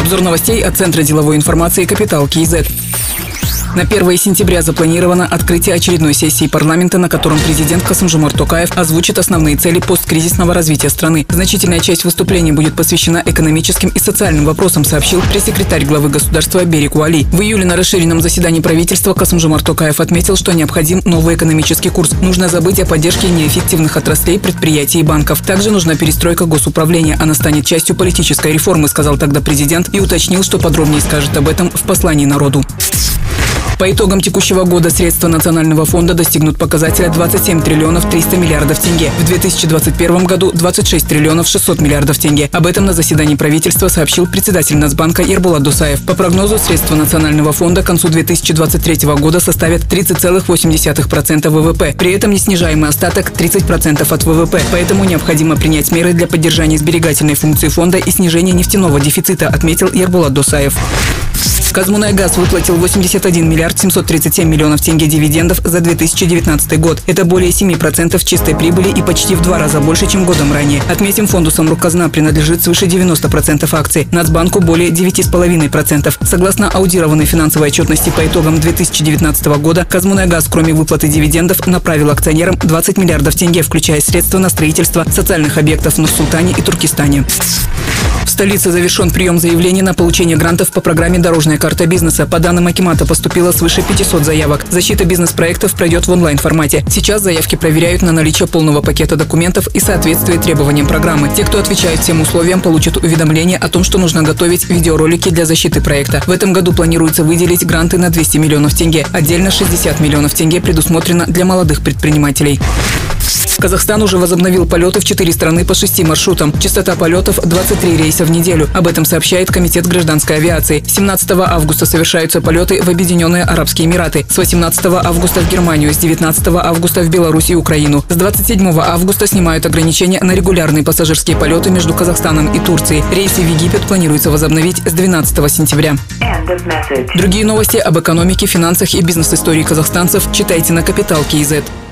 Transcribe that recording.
Обзор новостей от Центра деловой информации «Капитал КИЗ». На 1 сентября запланировано открытие очередной сессии парламента, на котором президент Касым-Жомарт Токаев озвучит основные цели посткризисного развития страны. Значительная часть выступлений будет посвящена экономическим и социальным вопросам, сообщил пресс-секретарь главы государства Берик Уали. В июле на расширенном заседании правительства Касым-Жомарт Токаев отметил, что необходим новый экономический курс. Нужно забыть о поддержке неэффективных отраслей, предприятий и банков. Также нужна перестройка госуправления. Она станет частью политической реформы, сказал тогда президент и уточнил, что подробнее скажет об этом в послании народу. По итогам текущего года средства Национального фонда достигнут показателя 27 триллионов 300 миллиардов тенге. В 2021 году 26 триллионов 600 миллиардов тенге. Об этом на заседании правительства сообщил председатель Нацбанка Ербулат Досаев. По прогнозу, средства Национального фонда к концу 2023 года составят 30,8% ВВП. При этом неснижаемый остаток 30% от ВВП. Поэтому необходимо принять меры для поддержания сберегательной функции фонда и снижения нефтяного дефицита, отметил Ербулат Досаев. Казмунайгаз выплатил 81 миллиард 737 миллионов тенге дивидендов за 2019 год. Это более 7% чистой прибыли и почти в 2 раза больше, чем годом ранее. Отметим, фонду Самрук-Казна принадлежит свыше 90% акций, Нацбанку более 9,5%. Согласно аудированной финансовой отчетности по итогам 2019 года, Казмунайгаз, кроме выплаты дивидендов, направил акционерам 20 миллиардов тенге, включая средства на строительство социальных объектов в Нур-Султане и Туркестане. В столице завершен прием заявлений на получение грантов по программе «Дорожная карта бизнеса». По данным Акимата, поступило свыше 500 заявок. Защита бизнес-проектов пройдет в онлайн-формате. Сейчас заявки проверяют на наличие полного пакета документов и соответствие требованиям программы. Те, кто отвечает всем условиям, получат уведомление о том, что нужно готовить видеоролики для защиты проекта. В этом году планируется выделить гранты на 200 миллионов тенге. Отдельно 60 миллионов тенге предусмотрено для молодых предпринимателей. Казахстан уже возобновил полеты в 4 страны по 6 маршрутам. Частота полетов – 23 рейса в неделю. Об этом сообщает Комитет гражданской авиации. С 17 августа совершаются полеты в Объединенные Арабские Эмираты. С 18 августа в Германию. С 19 августа в Беларусь и Украину. С 27 августа снимают ограничения на регулярные пассажирские полеты между Казахстаном и Турцией. Рейсы в Египет планируется возобновить с 12 сентября. Другие новости об экономике, финансах и бизнес-истории казахстанцев читайте на Капитал КИЗ.